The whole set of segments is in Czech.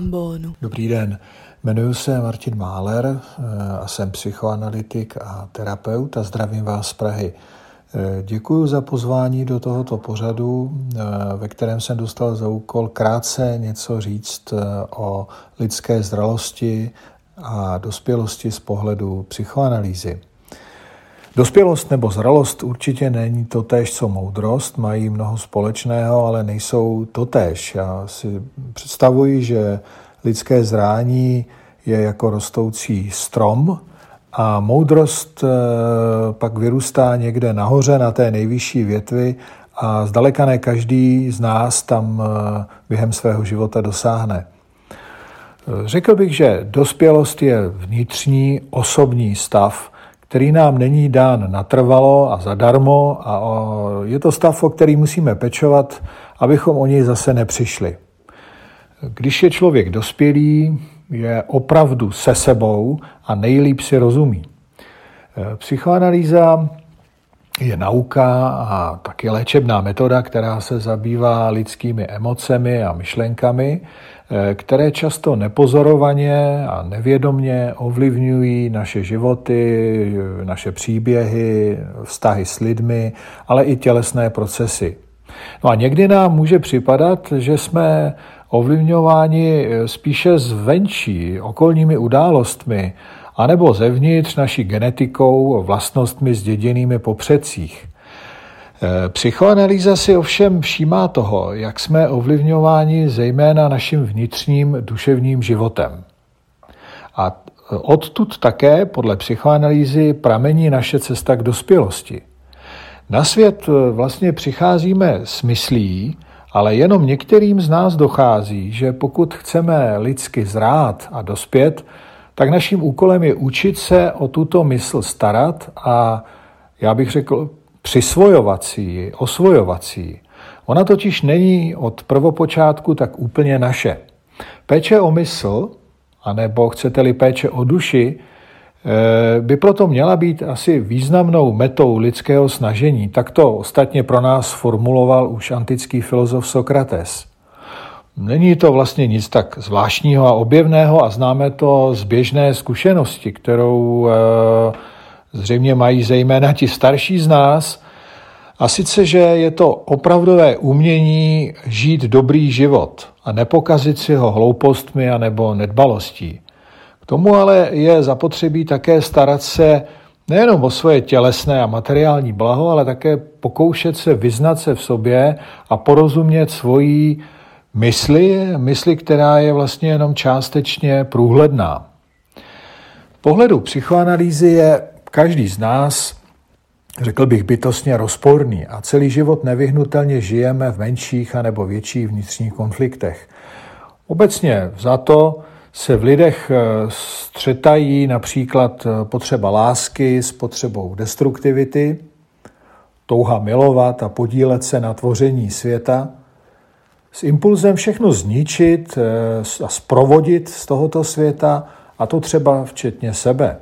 ambonu. Dobrý den, jmenuji se Martin Máler a jsem psychoanalytik a terapeut a zdravím vás z Prahy. Děkuji za pozvání do tohoto pořadu, ve kterém jsem dostal za úkol krátce něco říct o lidské zralosti a dospělosti z pohledu psychoanalýzy. Dospělost nebo zralost určitě není totéž, co moudrost, mají mnoho společného, ale nejsou totéž. Já si představuji, že lidské zrání je jako rostoucí strom a moudrost pak vyrůstá někde nahoře na té nejvyšší větvi a zdaleka ne každý z nás tam během svého života dosáhne. Řekl bych, že dospělost je vnitřní osobní stav, který nám není dán natrvalo a zadarmo a je to stav, o který musíme pečovat, abychom o něj zase nepřišli. Když je člověk dospělý, je opravdu se sebou a nejlíp si rozumí. Psychoanalýza je nauka a taky léčebná metoda, která se zabývá lidskými emocemi a myšlenkami, které často nepozorovaně a nevědomně ovlivňují naše životy, naše příběhy, vztahy s lidmi, ale i tělesné procesy. No a někdy nám může připadat, že jsme ovlivňováni spíše zvenčí, okolními událostmi, anebo zevnitř naší genetikou, vlastnostmi zděděnými po předcích. Psychoanalýza si ovšem všímá toho, jak jsme ovlivňováni zejména naším vnitřním duševním životem. A odtud také podle psychoanalýzy pramení naše cesta k dospělosti. Na svět vlastně přicházíme s myslí, ale jenom některým z nás dochází, že pokud chceme lidsky zrát a dospět, tak naším úkolem je učit se o tuto mysl starat a já bych řekl přisvojovat si ji, osvojovat si ji. Ona totiž není od prvopočátku tak úplně naše. Péče o mysl, anebo chcete-li péče o duši, by proto měla být asi významnou metou lidského snažení. Tak to ostatně pro nás formuloval už antický filozof Sokrates. Není to vlastně nic tak zvláštního a objevného a známe to z běžné zkušenosti, kterou zřejmě mají zejména ti starší z nás, a sice, že je to opravdové umění žít dobrý život a nepokazit si ho hloupostmi anebo nedbalostí. K tomu ale je zapotřebí také starat se nejenom o svoje tělesné a materiální blaho, ale také pokoušet se vyznat se v sobě a porozumět svojí mysli, která je vlastně jenom částečně průhledná. Z pohledu psychoanalýzy je každý z nás, řekl bych, bytostně rozporný a celý život nevyhnutelně žijeme v menších anebo větších vnitřních konfliktech. Obecně vzato se v lidech střetají například potřeba lásky s potřebou destruktivity, touha milovat a podílet se na tvoření světa, s impulzem všechno zničit a zprovodit z tohoto světa, a to třeba včetně sebe.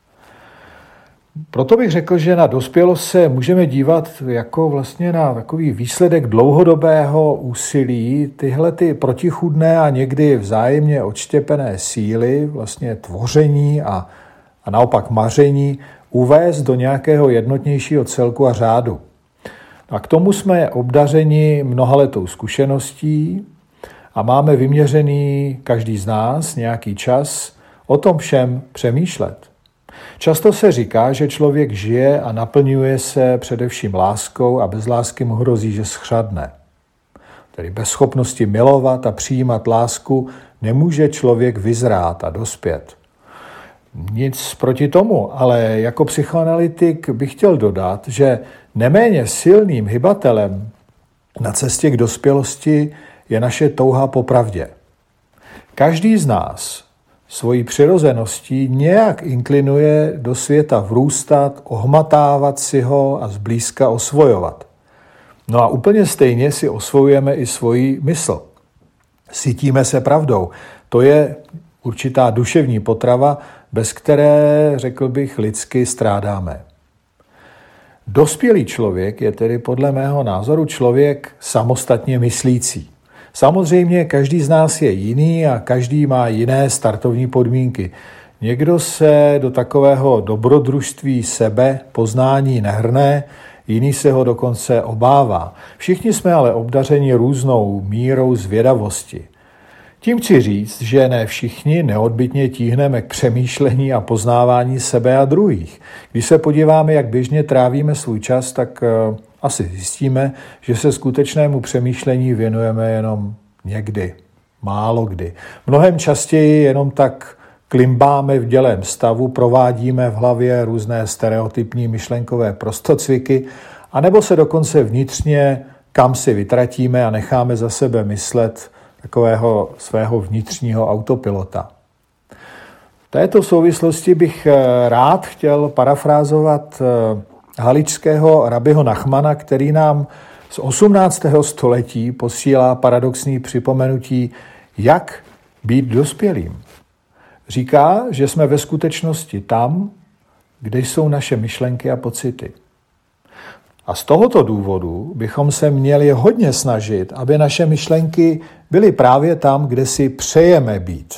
Proto bych řekl, že na dospělost se můžeme dívat jako vlastně na takový výsledek dlouhodobého úsilí tyhle ty protichůdné a někdy vzájemně odštěpené síly, vlastně tvoření a naopak maření, uvést do nějakého jednotnějšího celku a řádu. A k tomu jsme obdařeni mnohaletou zkušeností a máme vyměřený každý z nás nějaký čas o tom všem přemýšlet. Často se říká, že člověk žije a naplňuje se především láskou a bez lásky mu hrozí, že schřadne. Tedy bez schopnosti milovat a přijímat lásku nemůže člověk vyzrát a dospět. Nic proti tomu, ale jako psychoanalytik bych chtěl dodat, že neméně silným hybatelem na cestě k dospělosti je naše touha po pravdě. Každý z nás svojí přirozeností nějak inklinuje do světa vrůstat, ohmatávat si ho a zblízka osvojovat. No a úplně stejně si osvojujeme i svoji mysl. Sytíme se pravdou. To je určitá duševní potrava, bez které, řekl bych, lidsky strádáme. Dospělý člověk je tedy podle mého názoru člověk samostatně myslící. Samozřejmě každý z nás je jiný a každý má jiné startovní podmínky. Někdo se do takového dobrodružství sebe, poznání nehrne, jiný se ho dokonce obává. Všichni jsme ale obdařeni různou mírou zvědavosti. Tím chci říct, že ne všichni neodbytně tíhneme k přemýšlení a poznávání sebe a druhých. Když se podíváme, jak běžně trávíme svůj čas, tak asi zjistíme, že se skutečnému přemýšlení věnujeme jenom někdy, málo kdy. Mnohem častěji jenom tak klimbáme v dělém stavu, provádíme v hlavě různé stereotypní myšlenkové prostocviky, anebo se dokonce vnitřně kam si vytratíme a necháme za sebe myslet takového svého vnitřního autopilota. V této souvislosti bych rád chtěl parafrázovat haličského rabiho Nachmana, který nám z 18. století posílá paradoxní připomenutí, jak být dospělým. Říká, že jsme ve skutečnosti tam, kde jsou naše myšlenky a pocity. A z tohoto důvodu bychom se měli hodně snažit, aby naše myšlenky byly právě tam, kde si přejeme být.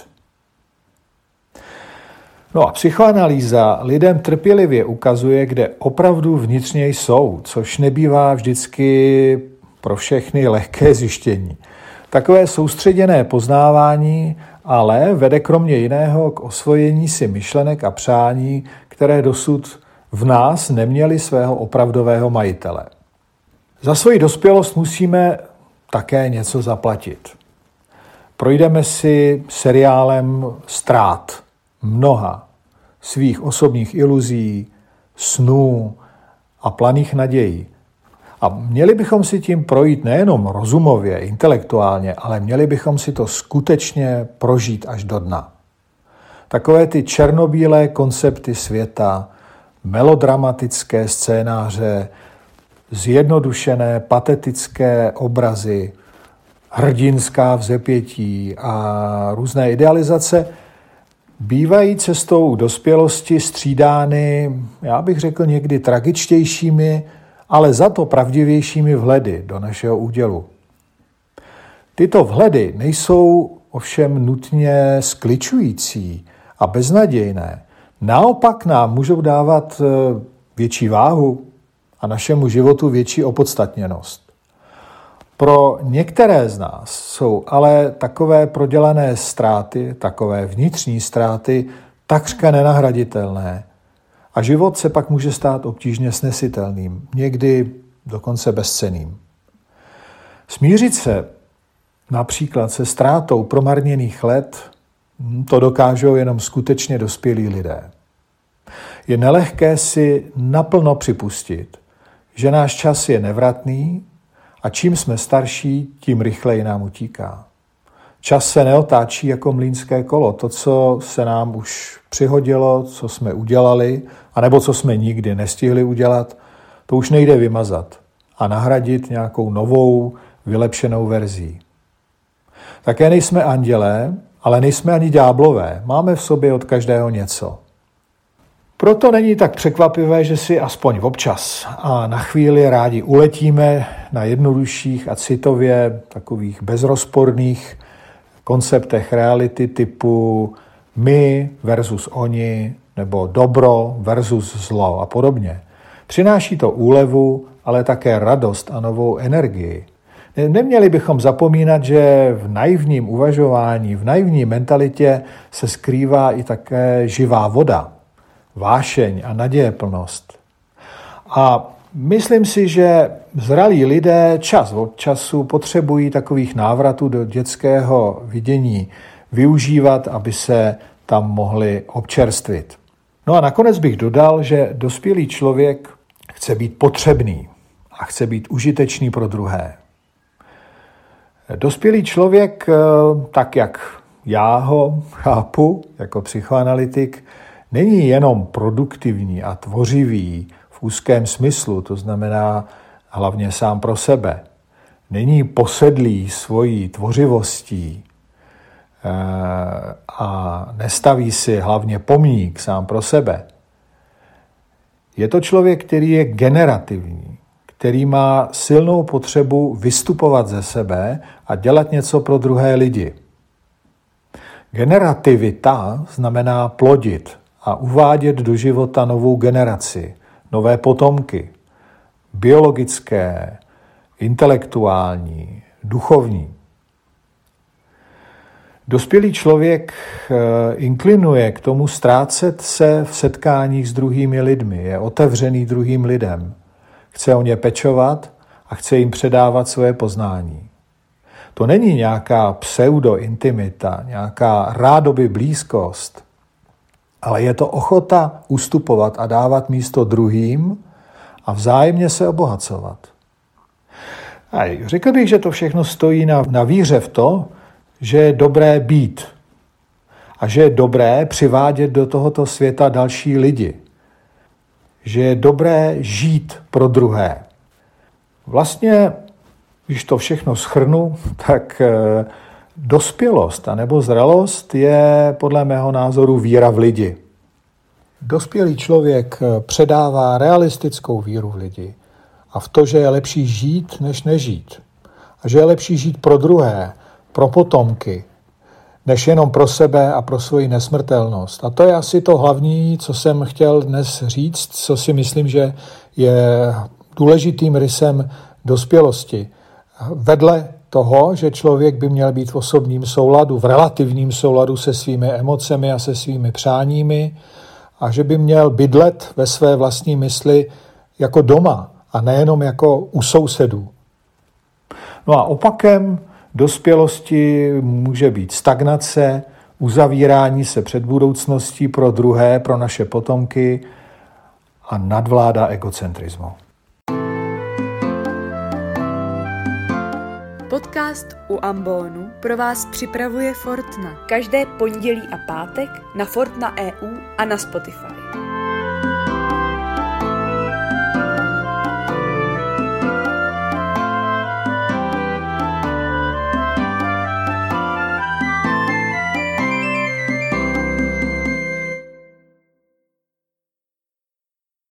No a psychoanalýza lidem trpělivě ukazuje, kde opravdu vnitřně jsou, což nebývá vždycky pro všechny lehké zjištění. Takové soustředěné poznávání ale vede kromě jiného k osvojení si myšlenek a přání, které dosud v nás neměli svého opravdového majitele. Za svoji dospělost musíme také něco zaplatit. Projdeme si seriálem ztrát mnoha svých osobních iluzí, snů a planých nadějí. A měli bychom si tím projít nejenom rozumově, intelektuálně, ale měli bychom si to skutečně prožít až do dna. Takové ty černobílé koncepty světa, melodramatické scénáře, zjednodušené, patetické obrazy, hrdinská vzepětí a různé idealizace bývají cestou dospělosti střídány, já bych řekl někdy tragičtějšími, ale za to pravdivějšími vhledy do našeho údělu. Tyto vhledy nejsou ovšem nutně skličující a beznadějné. Naopak nám můžou dávat větší váhu a našemu životu větší opodstatněnost. Pro některé z nás jsou ale takové prodělané ztráty, takové vnitřní ztráty takřka nenahraditelné. A život se pak může stát obtížně snesitelným, někdy dokonce bezcenným. Smířit se například se ztrátou promarněných let, to dokážou jenom skutečně dospělí lidé. Je nelehké si naplno připustit, že náš čas je nevratný a čím jsme starší, tím rychleji nám utíká. Čas se neotáčí jako mlýnské kolo. To, co se nám už přihodilo, co jsme udělali, anebo co jsme nikdy nestihli udělat, to už nejde vymazat a nahradit nějakou novou, vylepšenou verzí. Také nejsme andělé, ale nejsme ani ďáblové. Máme v sobě od každého něco. Proto není tak překvapivé, že si aspoň občas a na chvíli rádi uletíme na jednodušších a citově takových bezrozporných konceptech reality typu my versus oni nebo dobro versus zlo a podobně. Přináší to úlevu, ale také radost a novou energii. Neměli bychom zapomínat, že v naivním uvažování, v naivní mentalitě se skrývá i také živá voda, vášeň a nadějeplnost. A myslím si, že zralí lidé čas od času potřebují takových návratů do dětského vidění využívat, aby se tam mohli občerstvit. No a nakonec bych dodal, že dospělý člověk chce být potřebný a chce být užitečný pro druhé. Dospělý člověk, tak jak já ho chápu jako psychoanalytik, není jenom produktivní a tvořivý v úzkém smyslu, to znamená hlavně sám pro sebe. Není posedlý svojí tvořivostí a nestaví si hlavně pomník sám pro sebe. Je to člověk, který je generativní, který má silnou potřebu vystupovat ze sebe a dělat něco pro druhé lidi. Generativita znamená plodit a uvádět do života novou generaci, nové potomky, biologické, intelektuální, duchovní. Dospělý člověk inklinuje k tomu ztrácet se v setkáních s druhými lidmi, je otevřený druhým lidem, chce o ně pečovat a chce jim předávat svoje poznání. To není nějaká pseudointimita, nějaká rádoby blízkost, ale je to ochota ustupovat a dávat místo druhým a vzájemně se obohacovat. A řekl bych, že to všechno stojí na víře v to, že je dobré být a že je dobré přivádět do tohoto světa další lidi. Že je dobré žít pro druhé. Vlastně, když to všechno shrnu, tak dospělost anebo zralost je podle mého názoru víra v lidi. Dospělý člověk předává realistickou víru v lidi a v to, že je lepší žít, než nežít. A že je lepší žít pro druhé, pro potomky, než jenom pro sebe a pro svoji nesmrtelnost. A to je asi to hlavní, co jsem chtěl dnes říct, co si myslím, že je důležitým rysem dospělosti. Vedle toho, že člověk by měl být v osobním souladu, v relativním souladu se svými emocemi a se svými přáními a že by měl bydlet ve své vlastní mysli jako doma a nejenom jako u sousedů. No a opakem dospělosti může být stagnace, uzavírání se před budoucností pro druhé, pro naše potomky a nadvláda egocentrismu. Podcast u Ambonu pro vás připravuje Fortna. Každé pondělí a pátek na Fortna.eu a na Spotify.